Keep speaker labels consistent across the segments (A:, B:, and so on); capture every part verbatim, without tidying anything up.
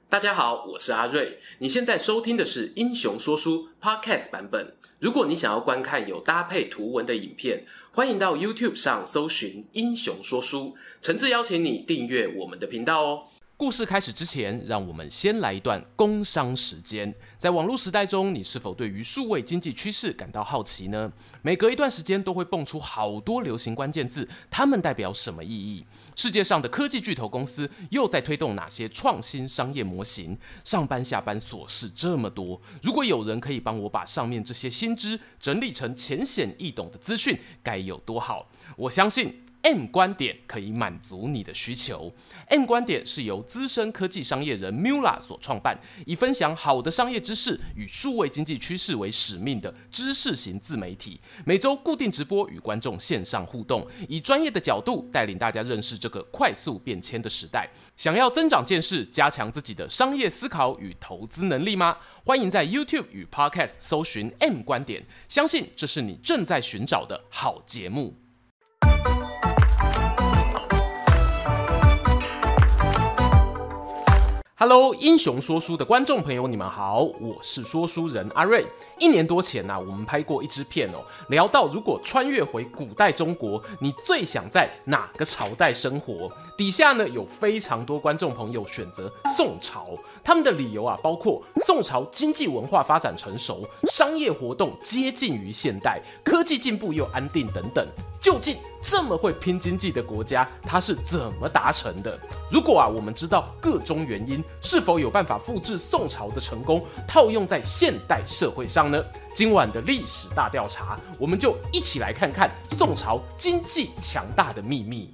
A: 大家好，我是阿瑞。你现在收听的是英雄说书 Podcast 版本。如果你想要观看有搭配图文的影片，欢迎到 YouTube 上搜寻英雄说书，诚挚邀请你订阅我们的频道哦。故事开始之前，让我们先来一段工商时间。在网络时代中，你是否对于数位经济趋势感到好奇呢？每隔一段时间都会蹦出好多流行关键字，它们代表什么意义？世界上的科技巨头公司又在推动哪些创新商业模型？上班下班琐事这么多，如果有人可以帮我把上面这些新知整理成浅显易懂的资讯，该有多好？我相信M 观点可以满足你的需求。M 观点是由资深科技商业人 Mula 所创办，以分享好的商业知识与数位经济趋势为使命的知识型自媒体。每周固定直播与观众线上互动，以专业的角度带领大家认识这个快速变迁的时代。想要增长见识，加强自己的商业思考与投资能力吗？欢迎在 YouTube 与 Podcast 搜寻 M 观点，相信这是你正在寻找的好节目。Hello， 英雄说书的观众朋友，你们好，我是说书人阿瑞。一年多前啊，我们拍过一支片哦，聊到如果穿越回古代中国，你最想在哪个朝代生活？底下呢有非常多观众朋友选择宋朝，他们的理由啊，包括宋朝经济文化发展成熟，商业活动接近于现代，科技进步又安定等等。究竟这么会拼经济的国家，它是怎么达成的？如果啊，我们知道各中原因，是否有办法复制宋朝的成功，套用在现代社会上呢？今晚的历史大调查，我们就一起来看看宋朝经济强大的秘密。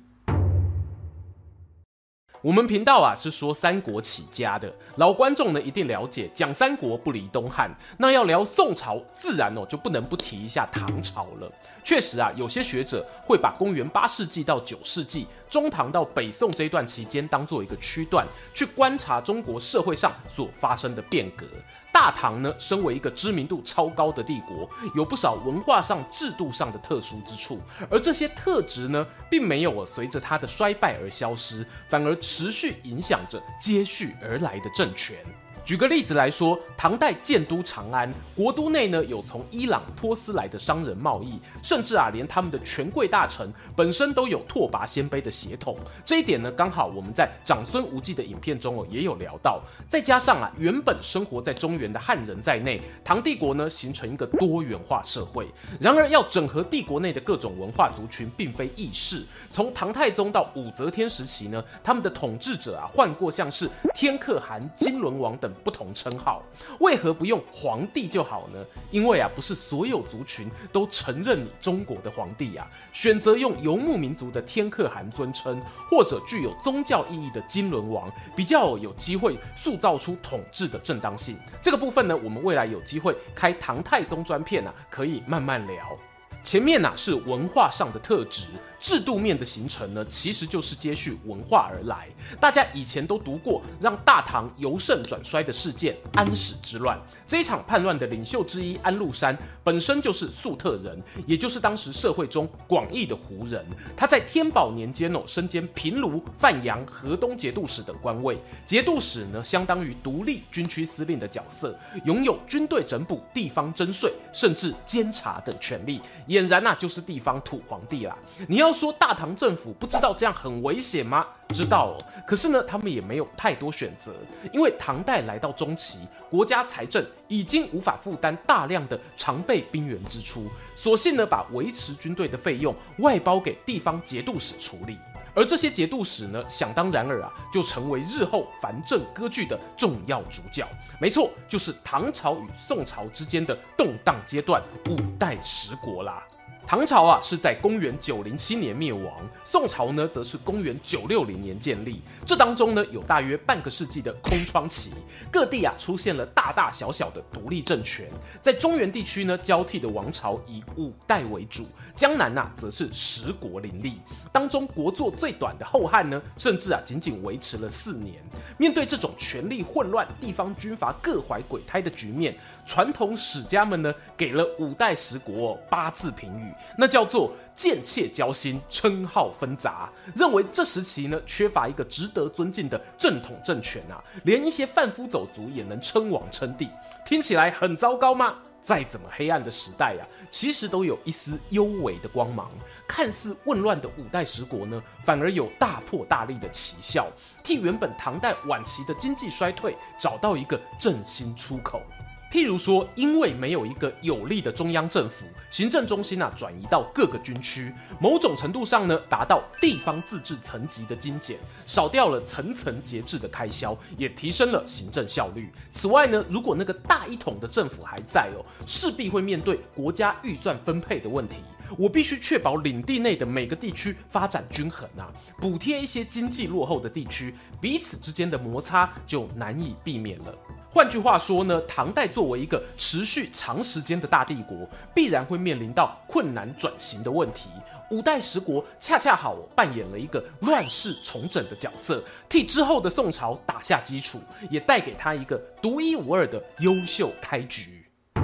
A: 我们频道啊是说三国起家的，老观众呢一定了解，讲三国不离东汉。那要聊宋朝，自然哦就不能不提一下唐朝了。确实啊，有些学者会把公元八世纪到九世纪、中唐到北宋这一段期间当做一个区段，去观察中国社会上所发生的变革。大唐呢，身为一个知名度超高的帝国，有不少文化上、制度上的特殊之处，而这些特质呢，并没有随着它的衰败而消失，反而持续影响着接续而来的政权。举个例子来说，唐代建都长安，国都内呢有从伊朗、波斯来的商人贸易，甚至啊连他们的权贵大臣本身都有拓跋鲜卑的血统。这一点呢，刚好我们在长孙无忌的影片中哦也有聊到。再加上啊原本生活在中原的汉人在内，唐帝国呢形成一个多元化社会。然而要整合帝国内的各种文化族群，并非易事。从唐太宗到武则天时期呢，他们的统治者啊换过像是天可汗、金轮王等不同称号，为何不用皇帝就好呢？因为啊，不是所有族群都承认你中国的皇帝啊，选择用游牧民族的天可汗尊称，或者具有宗教意义的金轮王，比较有机会塑造出统治的正当性。这个部分呢，我们未来有机会开唐太宗专片啊，可以慢慢聊。前面啊是文化上的特质，制度面的形成呢，其实就是接续文化而来。大家以前都读过让大唐由盛转衰的事件——安史之乱。这一场叛乱的领袖之一安禄山，本身就是粟特人，也就是当时社会中广义的胡人。他在天宝年间哦，身兼平卢、范阳、河东节度使等官位。节度使呢，相当于独立军区司令的角色，拥有军队整补、地方征税，甚至监察等权力。俨然啊，就是地方土皇帝啦。你要说大唐政府不知道这样很危险吗？知道哦，可是呢，他们也没有太多选择，因为唐代来到中期，国家财政已经无法负担大量的常备兵员支出，索性呢，把维持军队的费用外包给地方节度使处理。而这些节度使呢，想当然尔啊，就成为日后藩镇割据的重要主角。没错，就是唐朝与宋朝之间的动荡阶段——五代十国啦。唐朝啊是在公元九零七年灭亡，宋朝呢则是公元九六零年建立。这当中呢有大约半个世纪的空窗期，各地啊出现了大大小小的独立政权。在中原地区呢，交替的王朝以五代为主，江南啊则是十国林立。当中国祚最短的后汉呢，甚至啊仅仅维持了四年。面对这种权力混乱、地方军阀各怀鬼胎的局面，传统史家们呢给了五代十国、哦、八字评语。 那叫做贱妾交心，称号纷杂，认为这时期呢缺乏一个值得尊敬的正统政权啊，连一些贩夫走卒也能称王称帝，听起来很糟糕吗？再怎么黑暗的时代啊，其实都有一丝幽微的光芒。看似混乱的五代十国呢，反而有大破大立的奇效，替原本唐代晚期的经济衰退找到一个振兴出口。譬如说，因为没有一个有力的中央政府，行政中心啊转移到各个军区，某种程度上呢，达到地方自治层级的精简，少掉了层层节制的开销，也提升了行政效率。此外呢，如果那个大一统的政府还在哦，势必会面对国家预算分配的问题。我必须确保领地内的每个地区发展均衡啊，补贴一些经济落后的地区，彼此之间的摩擦就难以避免了。换句话说呢，唐代作为一个持续长时间的大帝国，必然会面临到困难转型的问题。五代十国恰恰好扮演了一个乱世重整的角色，替之后的宋朝打下基础，也带给他一个独一无二的优秀开局。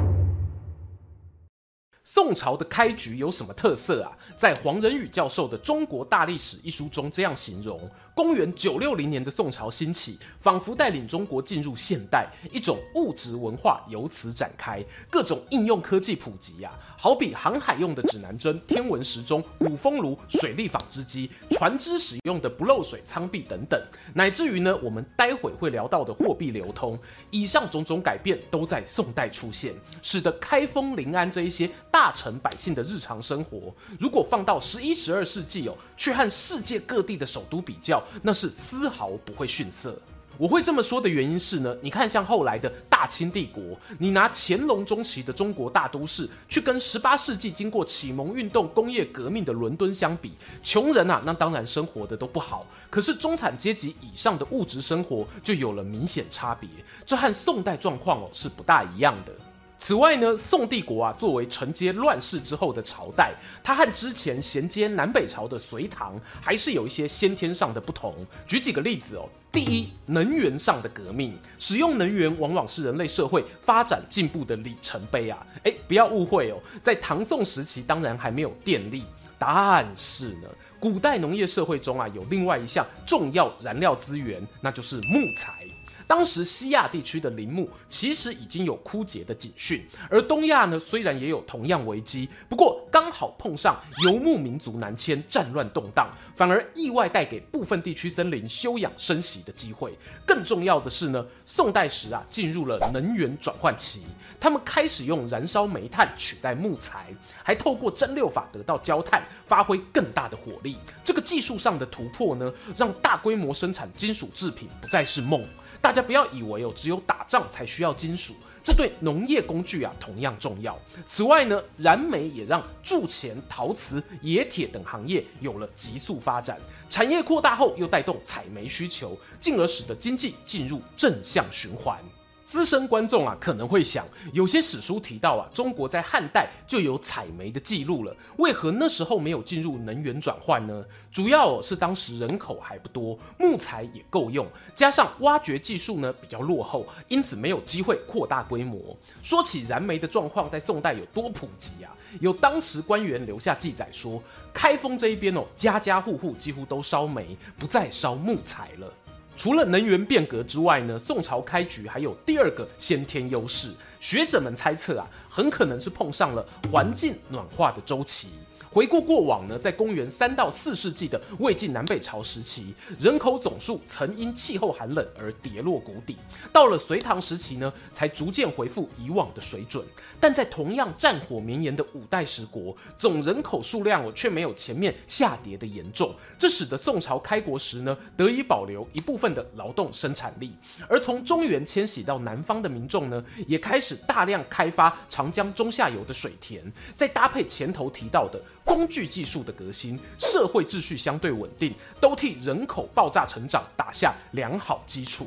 A: 宋朝的开局有什么特色啊？在黄仁宇教授的《中国大历史》一书中这样形容：公元九六零年的宋朝兴起，仿佛带领中国进入现代，一种物质文化由此展开，各种应用科技普及啊，好比航海用的指南针、天文时钟、鼓风炉、水力纺织机、船只使用的不漏水舱壁等等，乃至于呢，我们待会会聊到的货币流通，以上种种改变都在宋代出现，使得开封临安这一些大臣百姓的日常生活，如果放到十一、十二世纪哦，去和世界各地的首都比较，那是丝毫不会逊色。我会这么说的原因是呢，你看像后来的大清帝国，你拿乾隆中期的中国大都市去跟十八世纪经过启蒙运动、工业革命的伦敦相比，穷人啊，那当然生活的都不好，可是中产阶级以上的物质生活就有了明显差别，这和宋代状况哦是不大一样的。此外呢，宋帝国啊，作为承接乱世之后的朝代，它和之前衔接南北朝的隋唐还是有一些先天上的不同。举几个例子哦。第一，能源上的革命，使用能源往往是人类社会发展进步的里程碑啊！哎，不要误会哦，在唐宋时期当然还没有电力，但是呢，古代农业社会中啊，有另外一项重要燃料资源，那就是木材。当时西亚地区的林木其实已经有枯竭的警讯，而东亚呢虽然也有同样危机，不过刚好碰上游牧民族南迁，战乱动荡，反而意外带给部分地区森林休养生息的机会。更重要的是呢，宋代时啊进入了能源转换期，他们开始用燃烧煤炭取代木材，还透过蒸馏法得到焦炭，发挥更大的火力。这个技术上的突破呢，让大规模生产金属制品不再是梦。大家不要以为哦，只有打仗才需要金属，这对农业工具啊同样重要。此外呢，燃煤也让铸钱、陶瓷、冶铁等行业有了急速发展，产业扩大后又带动采煤需求，进而使得经济进入正向循环。资深观众啊可能会想，有些史书提到啊，中国在汉代就有采煤的记录了，为何那时候没有进入能源转换呢？主要是当时人口还不多，木材也够用，加上挖掘技术呢比较落后，因此没有机会扩大规模。说起燃煤的状况在宋代有多普及啊，有当时官员留下记载说，开封这一边哦，家家户户几乎都烧煤，不再烧木材了。除了能源变革之外呢，宋朝开局还有第二个先天优势，学者们猜测啊，很可能是碰上了环境暖化的周期。回顾过往呢，在公元三到四世纪的魏晋南北朝时期，人口总数曾因气候寒冷而跌落谷底。到了隋唐时期呢，才逐渐恢复以往的水准。但在同样战火绵延的五代十国，总人口数量却没有前面下跌的严重，这使得宋朝开国时呢，得以保留一部分的劳动生产力。而从中原迁徙到南方的民众呢，也开始大量开发长江中下游的水田，再搭配前头提到的工具技术的革新，社会秩序相对稳定，都替人口爆炸成长打下良好基础。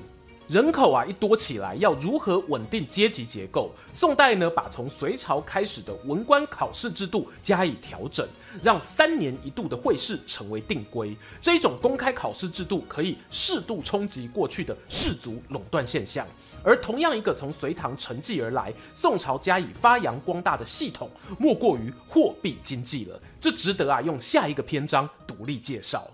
A: 人口啊一多起来，要如何稳定阶级结构？宋代呢，把从隋朝开始的文官考试制度加以调整，让三年一度的会试成为定规。这一种公开考试制度可以适度冲击过去的士族垄断现象。而同样一个从隋唐承继而来，宋朝加以发扬光大的系统，莫过于货币经济了。这值得啊用下一个篇章独立介绍。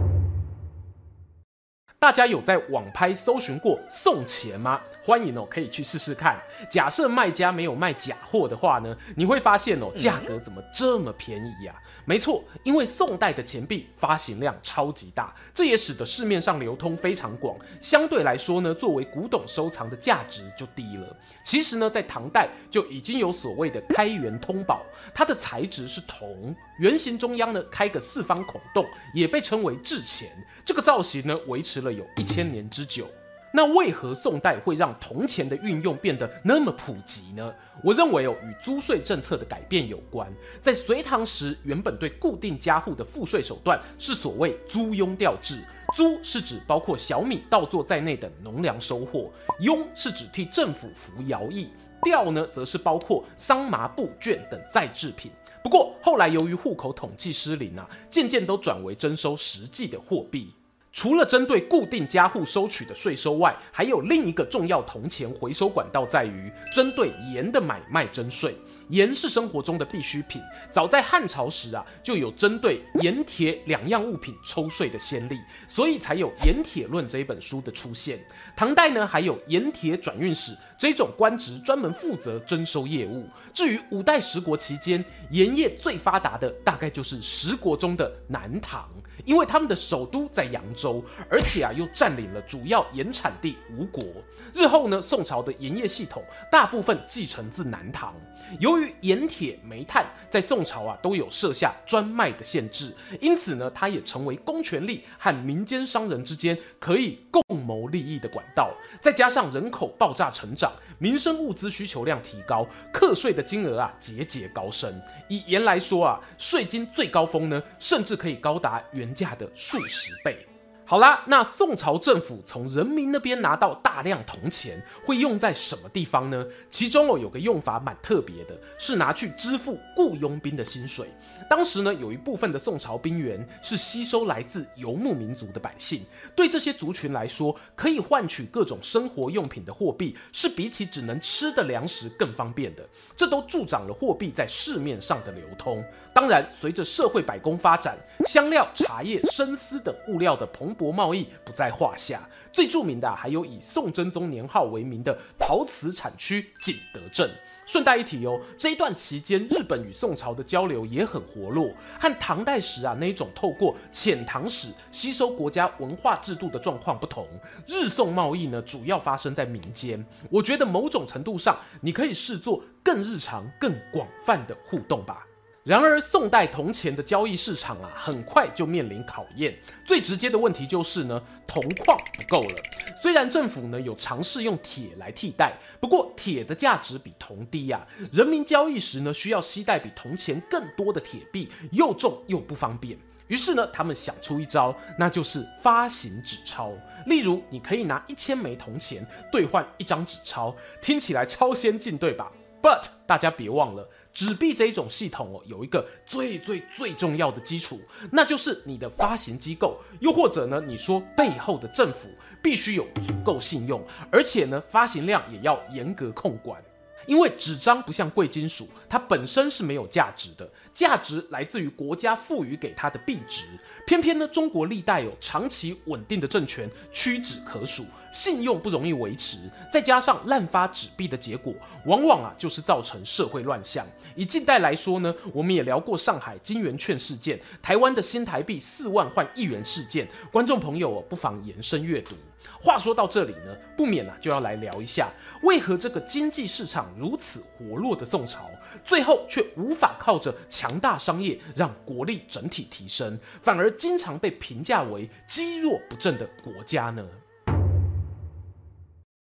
A: 大家有在网拍搜寻过送钱吗？欢迎哦，可以去试试看。假设卖家没有卖假货的话呢，你会发现哦，价格怎么这么便宜呀？没错，因为宋代的钱币发行量超级大，这也使得市面上流通非常广，相对来说呢，作为古董收藏的价值就低了。其实呢，在唐代就已经有所谓的开元通宝，它的材质是铜，圆形中央呢开个四方孔洞，也被称为制钱。这个造型呢，维持了有一千年之久。那为何宋代会让铜钱的运用变得那么普及呢？我认为哦，与租税政策的改变有关。在隋唐时，原本对固定家户的赋税手段是所谓租庸调制。租是指包括小米、稻作在内的农粮收获，庸是指替政府服徭役，调呢则是包括桑麻布绢等再制品。不过后来由于户口统计失灵啊，渐渐都转为征收实际的货币。除了针对固定家户收取的税收外，还有另一个重要铜钱回收管道，在于针对盐的买卖征税。盐是生活中的必需品，早在汉朝时啊，就有针对盐铁两样物品抽税的先例，所以才有《盐铁论》这一本书的出现。唐代呢，还有盐铁转运使这种官职，专门负责征收业务。至于五代十国期间，盐业最发达的大概就是十国中的南唐，因为他们的首都在扬州，而且啊又占领了主要盐产地吴国。日后呢，宋朝的盐业系统大部分继承自南唐。由于盐铁、煤炭在宋朝啊都有设下专卖的限制，因此呢，它也成为公权力和民间商人之间可以共谋利益的管道。再加上人口爆炸成长，民生物资需求量提高，课税的金额啊节节高升。以盐来说啊，税金最高峰呢，甚至可以高达原价的数十倍。好啦，那宋朝政府从人民那边拿到大量铜钱，会用在什么地方呢？其中哦有个用法蛮特别的，是拿去支付雇佣兵的薪水。当时呢，有一部分的宋朝兵员是吸收来自游牧民族的百姓，对这些族群来说，可以换取各种生活用品的货币，是比起只能吃的粮食更方便的。这都助长了货币在市面上的流通。当然，随着社会百工发展，香料、茶叶、生丝等物料的蓬勃贸易不在话下。最著名的、啊、还有以宋真宗年号为名的陶瓷产区景德镇。顺带一提哦，这一段期间，日本与宋朝的交流也很活络，和唐代时啊那一种透过遣唐使吸收国家文化制度的状况不同。日宋贸易呢，主要发生在民间。我觉得某种程度上，你可以视作更日常、更广泛的互动吧。然而，宋代铜钱的交易市场啊，很快就面临考验。最直接的问题就是呢，铜矿不够了。虽然政府呢有尝试用铁来替代，不过铁的价值比铜低啊。人民交易时呢，需要携带比铜钱更多的铁币，又重又不方便。于是呢，他们想出一招，那就是发行纸钞。例如，你可以拿一千枚铜钱兑换一张纸钞，听起来超先进，对吧？But 大家别忘了，纸币这一种系统哦，有一个最最最重要的基础，那就是你的发行机构，又或者呢，你说背后的政府必须有足够信用，而且呢，发行量也要严格控管。因为纸张不像贵金属，它本身是没有价值的，价值来自于国家赋予给它的币值。偏偏呢，中国历代有长期稳定的政权屈指可数，信用不容易维持，再加上滥发纸币的结果，往往啊就是造成社会乱象。以近代来说呢，我们也聊过上海金圆券事件，台湾的新台币四万换一元事件，观众朋友哦，不妨延伸阅读。话说到这里呢，不免啊就要来聊一下，为何这个经济市场如此活络的宋朝，最后却无法靠着强大商业让国力整体提升，反而经常被评价为积弱不振的国家呢？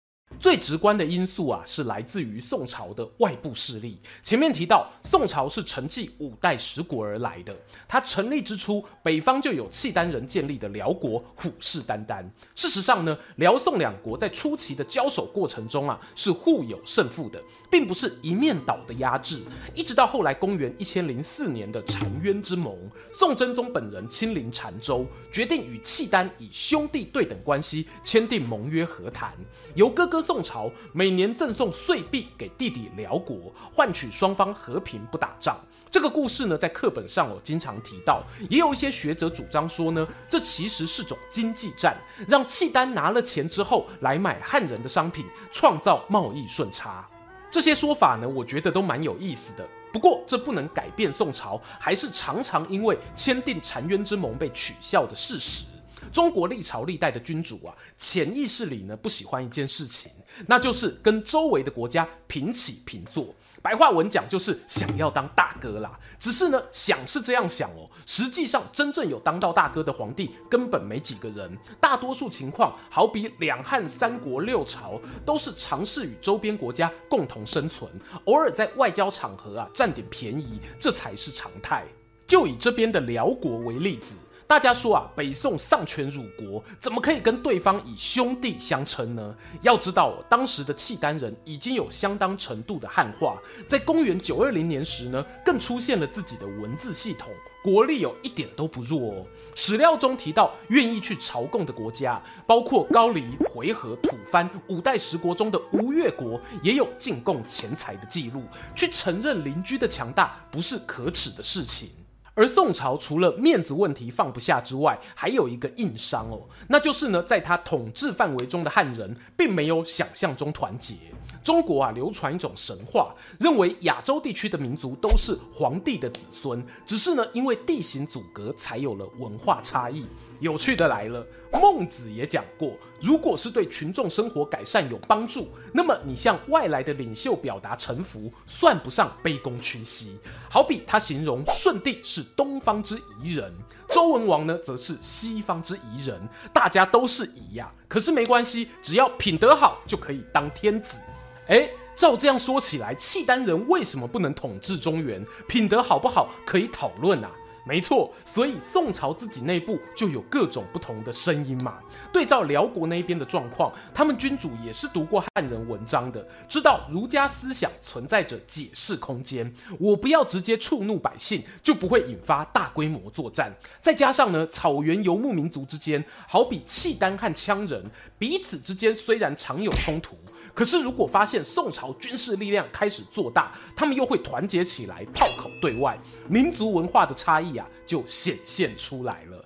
A: 最直观的因素啊，是来自于宋朝的外部势力。前面提到，宋朝是承继五代十国而来的，它成立之初，北方就有契丹人建立的辽国虎视眈眈。事实上呢，辽宋两国在初期的交手过程中啊，是互有胜负的，并不是一面倒的压制。一直到后来公元一千零四年的澶渊之盟，宋真宗本人亲临澶州，决定与契丹以兄弟对等关系签订盟约和谈，由哥哥宋朝每年赠送岁币给弟弟辽国，换取双方和平不打仗。这个故事呢，在课本上有经常提到，也有一些学者主张说呢，这其实是种经济战，让契丹拿了钱之后来买汉人的商品，创造贸易顺差。这些说法呢，我觉得都蛮有意思的。不过，这不能改变宋朝还是常常因为签订澶渊之盟被取笑的事实。中国历朝历代的君主啊，潜意识里呢不喜欢一件事情，那就是跟周围的国家平起平坐。白话文讲就是想要当大哥啦，只是呢想是这样想哦，实际上真正有当到大哥的皇帝根本没几个人，大多数情况好比两汉三国六朝，都是尝试与周边国家共同生存，偶尔在外交场合啊占点便宜，这才是常态。就以这边的辽国为例子。大家说啊，北宋丧权辱国，怎么可以跟对方以兄弟相称呢？要知道、哦，当时的契丹人已经有相当程度的汉化，在公元九二零年时呢，更出现了自己的文字系统，国力有一点都不弱哦。史料中提到，愿意去朝贡的国家，包括高丽、回纥、吐蕃五代十国中的吴越国，也有进贡钱财的记录。去承认邻居的强大，不是可耻的事情。而宋朝除了面子问题放不下之外，还有一个硬伤哦，那就是呢，在他统治范围中的汉人并没有想象中团结。中国啊，流传一种神话，认为亚洲地区的民族都是皇帝的子孙，只是呢，因为地形阻隔，才有了文化差异。有趣的来了，孟子也讲过，如果是对群众生活改善有帮助，那么你向外来的领袖表达臣服，算不上卑躬屈膝。好比他形容舜帝是东方之夷人，周文王呢则是西方之夷人，大家都是夷呀、啊，可是没关系，只要品德好就可以当天子。哎，照这样说起来，契丹人为什么不能统治中原？品德好不好可以讨论啊。没错，所以宋朝自己内部就有各种不同的声音嘛。对照辽国那边的状况，他们君主也是读过汉人文章的，知道儒家思想存在着解释空间。我不要直接触怒百姓，就不会引发大规模作战。再加上呢，草原游牧民族之间，好比契丹和羌人，彼此之间虽然常有冲突，可是如果发现宋朝军事力量开始做大，他们又会团结起来，炮口对外，民族文化的差异啊就显现出来了。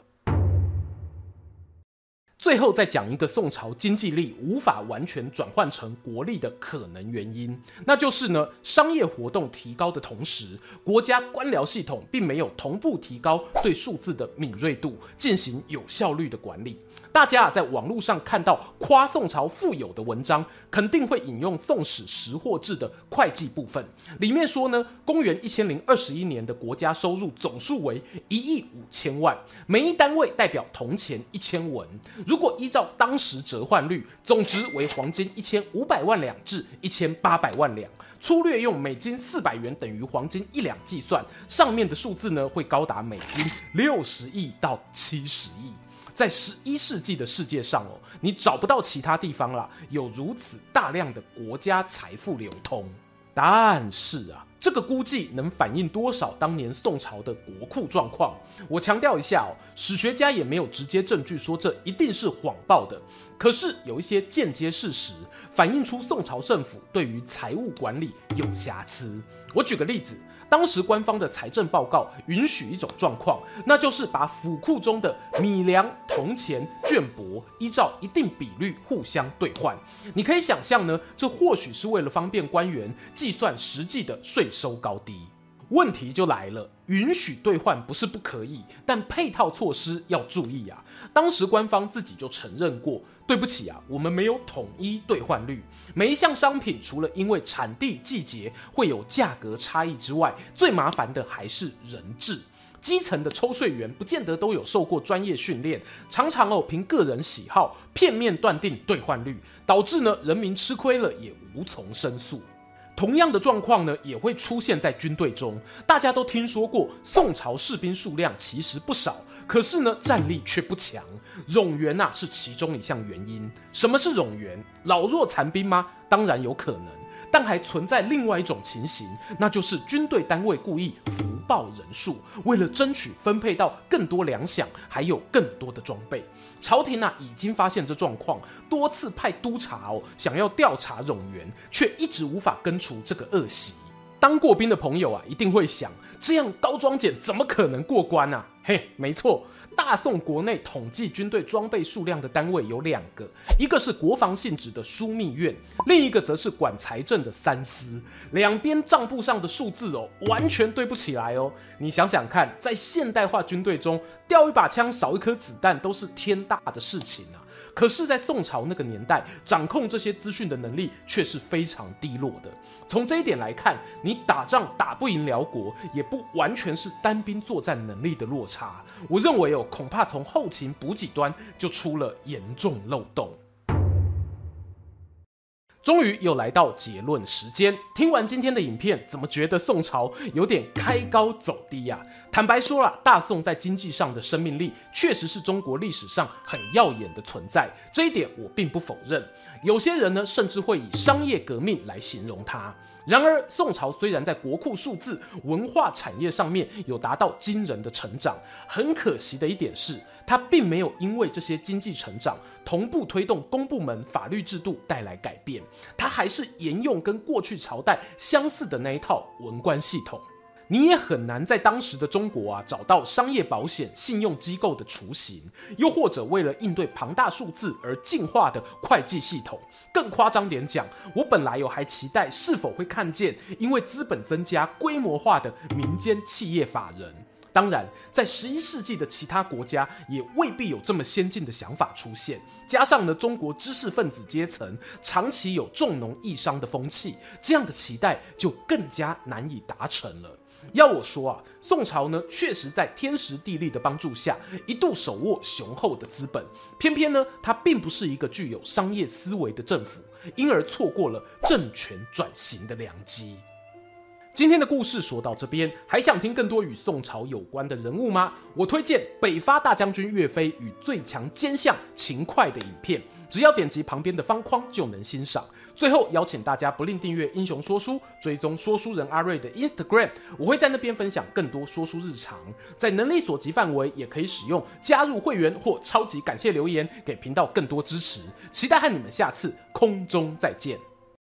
A: 最后再讲一个宋朝经济力无法完全转换成国力的可能原因，那就是呢，商业活动提高的同时，国家官僚系统并没有同步提高对数字的敏锐度，进行有效率的管理。大家啊，在网络上看到夸宋朝富有的文章，肯定会引用《宋史识货志》的会计部分，里面说呢，公元一千零二十一年的国家收入总数为一亿五千万，每一单位代表铜钱一千文。如果依照当时折换率，总值为黄金一千五百万两至一千八百万两。粗略用美金四百元等于黄金一两计算，上面的数字呢会高达美金六十亿到七十亿。在十一世纪的世界上哦，你找不到其他地方啦有如此大量的国家财富流通。但是啊，这个估计能反映多少当年宋朝的国库状况？我强调一下哦，史学家也没有直接证据说这一定是谎报的，可是有一些间接事实反映出宋朝政府对于财务管理有瑕疵。我举个例子，当时官方的财政报告允许一种状况，那就是把府库中的米粮、铜钱、绢帛依照一定比率互相兑换。你可以想象呢，这或许是为了方便官员计算实际的税收高低。问题就来了，允许兑换不是不可以，但配套措施要注意啊。当时官方自己就承认过，对不起啊，我们没有统一兑换率。每一项商品除了因为产地、季节会有价格差异之外，最麻烦的还是人质。 基层的抽税员不见得都有受过专业训练，常常哦凭个人喜好片面断定兑换率，导致呢人民吃亏了也无从申诉。同样的状况呢，也会出现在军队中。大家都听说过，宋朝士兵数量其实不少，可是呢，战力却不强。冗员啊，是其中一项原因。什么是冗员？老弱残兵吗？当然有可能，但还存在另外一种情形，那就是军队单位故意福报人数，为了争取分配到更多粮饷，还有更多的装备。朝廷啊已经发现这状况，多次派督察哦想要调查冗员，却一直无法根除这个恶习。当过兵的朋友啊，一定会想，这样高装检怎么可能过关啊？嘿，没错，大宋国内统计军队装备数量的单位有两个，一个是国防性质的枢密院，另一个则是管财政的三司。两边账簿上的数字哦，完全对不起来哦。你想想看，在现代化军队中，掉一把枪少一颗子弹都是天大的事情啊。可是，在宋朝那个年代，掌控这些资讯的能力却是非常低落的。从这一点来看，你打仗打不赢辽国，也不完全是单兵作战能力的落差。我认为哦，恐怕从后勤补给端就出了严重漏洞。终于又来到结论时间。听完今天的影片，怎么觉得宋朝有点开高走低呀、啊？坦白说啦，大宋在经济上的生命力确实是中国历史上很耀眼的存在，这一点我并不否认。有些人呢，甚至会以商业革命来形容它。然而，宋朝虽然在国库数字、文化产业上面有达到惊人的成长，很可惜的一点是，它并没有因为这些经济成长同步推动公部门法律制度带来改变，它还是沿用跟过去朝代相似的那一套文官系统。你也很难在当时的中国啊找到商业保险、信用机构的雏形，又或者为了应对庞大数字而进化的会计系统。更夸张点讲，我本来有还期待是否会看见因为资本增加规模化的民间企业法人。当然，在十一世纪的其他国家也未必有这么先进的想法出现。加上呢，中国知识分子阶层长期有重农抑商的风气，这样的期待就更加难以达成了。要我说啊，宋朝呢确实在天时地利的帮助下，一度手握雄厚的资本，偏偏呢它并不是一个具有商业思维的政府，因而错过了政权转型的良机。今天的故事说到这边，还想听更多与宋朝有关的人物吗？我推荐北伐大将军岳飞与最强奸相秦桧的影片，只要点击旁边的方框就能欣赏。最后邀请大家不吝订阅英雄说书，追踪说书人阿瑞的 Instagram， 我会在那边分享更多说书日常。在能力所及范围，也可以使用加入会员或超级感谢留言，给频道更多支持。期待和你们下次空中再见。